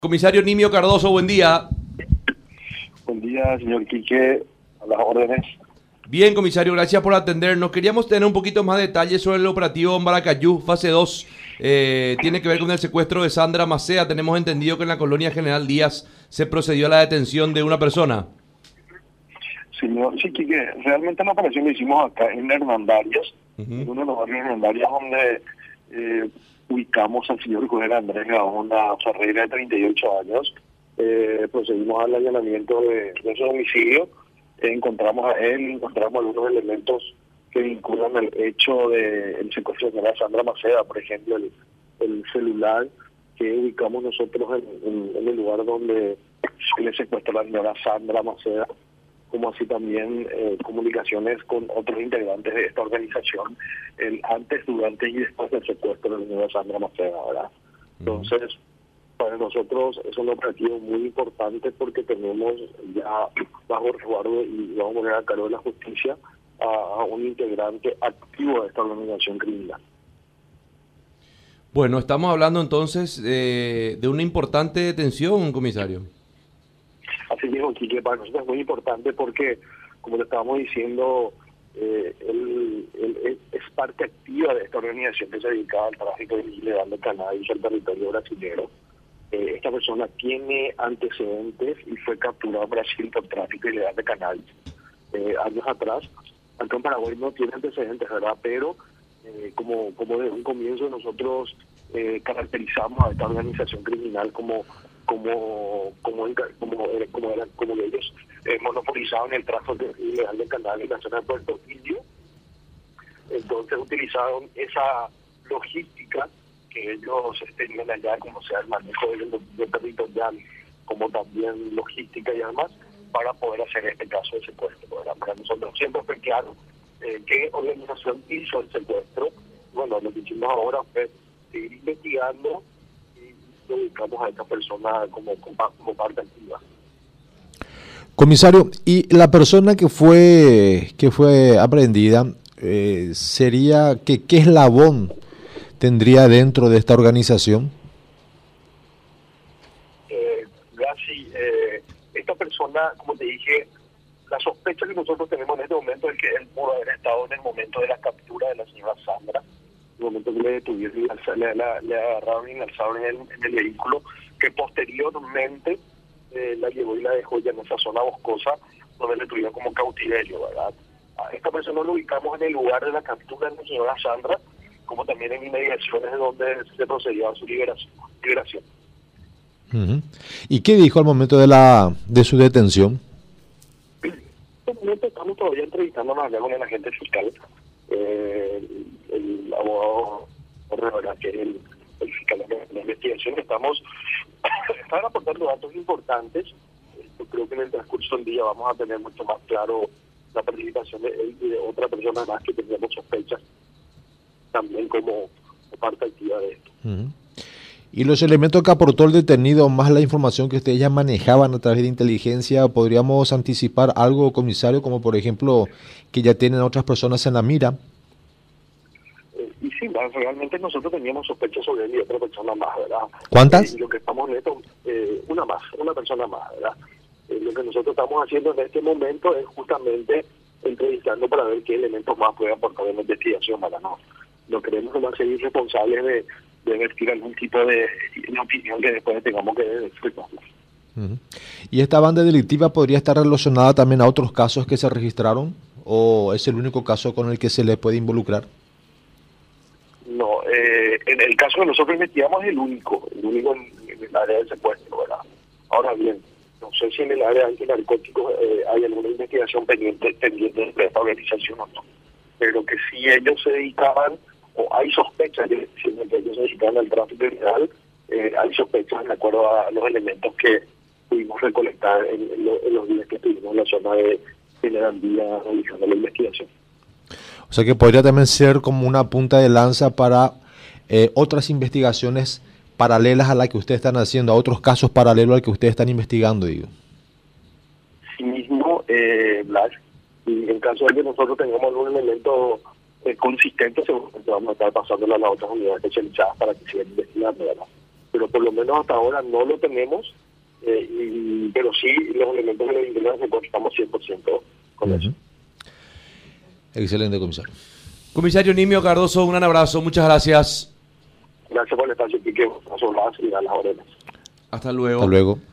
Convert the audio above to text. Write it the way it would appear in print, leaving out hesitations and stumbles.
Comisario Nimio Cardoso, buen día. Buen día, señor Quique, a las órdenes. Bien, comisario, gracias por atendernos. Queríamos tener un poquito más de detalles sobre el operativo en Baracayú, fase 2. Tiene que ver con el secuestro de Sandra Macea. Tenemos entendido que en la colonia General Díaz se procedió a la detención de una persona. Señor, sí, Quique, realmente la operación la hicimos acá en Hernandarias, en uno de los barrios Hernandarias donde ubicamos al señor Jorge Andrés Gaona Ferreira, de 38 años. Procedimos al allanamiento de su domicilio. Encontramos a él, encontramos algunos elementos que vinculan el hecho del secuestro de la Sandra Macea, por ejemplo, el celular que ubicamos nosotros en el lugar donde se le secuestró a la señora Sandra Macea, como así también comunicaciones con otros integrantes de esta organización, antes, durante y después del secuestro de la señora Sandra Macea, ¿verdad? Entonces, para nosotros es un operativo muy importante porque tenemos ya bajo resguardo y vamos a poner a cargo de la justicia a un integrante activo de esta organización criminal. Bueno, estamos hablando entonces de una importante detención, comisario. Así mismo, Quique, para nosotros es muy importante porque, como te estábamos diciendo, él es parte activa de esta organización que se dedica al tráfico ilegal de cannabis al territorio brasileño. Esta persona tiene antecedentes y fue capturado en Brasil por tráfico ilegal de cannabis años atrás. Acá en Paraguay no tiene antecedentes, ¿verdad? Pero como desde un comienzo nosotros caracterizamos a esta organización criminal como ellos monopolizaban el tráfico ilegal de cannabis en la zona de Puerto Indio. Entonces utilizaron esa logística que ellos tenían allá, como sea el manejo del territorial, como también logística y además, para poder hacer este caso de secuestro, ¿verdad? Para nosotros siempre fue claro qué organización hizo el secuestro. Bueno, lo que hicimos ahora fue seguir investigando y ubicamos a esta persona como parte activa. Comisario, y la persona que fue aprehendida, sería ¿qué eslabón tendría dentro de esta organización? Esta persona, como te dije, la sospecha que nosotros tenemos en este momento es que él pudo haber estado en el momento de la captura de la señora Sandra, en el momento que le detuvieron y le agarraron y lanzaron en el vehículo, que posteriormente la llevó y la dejó ya en esa zona boscosa donde le tuvieron como cautiverio, ¿verdad? A esta persona lo ubicamos en el lugar de la captura de la señora Sandra, como también en inmediaciones de donde se procedió a su liberación. ¿Y qué dijo al momento de su detención? En este momento estamos todavía entrevistándonos allá con el agente fiscal, el abogado, ¿verdad?, que es el fiscal de la investigación. Están aportando datos importantes. Yo creo que en el transcurso del día vamos a tener mucho más claro la participación de él y de otra persona más que tendríamos sospechas también como parte activa de esto. Y los elementos que aportó el detenido, más la información que ustedes ya manejaban a través de inteligencia, ¿podríamos anticipar algo, comisario, como por ejemplo que ya tienen a otras personas en la mira? Y sí, realmente nosotros teníamos sospechas sobre él y otra persona más, ¿verdad? ¿Cuántas? Lo que estamos en esto, una persona más, ¿verdad? Lo que nosotros estamos haciendo en este momento es justamente entrevistando para ver qué elementos más puede aportar en la investigación, ¿verdad? No queremos nomás ser irresponsables de vertir algún tipo de opinión que después tengamos que explicar. ¿Y esta banda delictiva podría estar relacionada también a otros casos que se registraron? ¿O es el único caso con el que se le puede involucrar? No, en el caso que nosotros investigamos es el único en el área del secuestro, ¿verdad? Ahora bien, no sé si en el área antinarcóticos hay alguna investigación pendiente de esta organización o no, pero que si ellos se dedicaban, o hay sospechas de que ellos se dedicaban al tráfico ilegal, hay sospechas de acuerdo a los elementos que pudimos recolectar en los días que estuvimos en la zona de General Díaz realizando la investigación. O sea que podría también ser como una punta de lanza para otras investigaciones paralelas a las que ustedes están haciendo, a otros casos paralelos al que ustedes están investigando, digo. Sí mismo, Blas, y en caso de que nosotros tengamos algún elemento consistente, seguramente vamos a estar pasándolo a las otras unidades especializadas para que sigan investigando, ¿verdad? pero por lo menos hasta ahora no lo tenemos, pero sí los elementos de la vigilancia estamos 100% con eso. Excelente, comisario. Comisario Nimio Cardoso, un gran abrazo, muchas gracias. Gracias por el espacio, Quique, a las órdenes. Hasta luego. Hasta luego.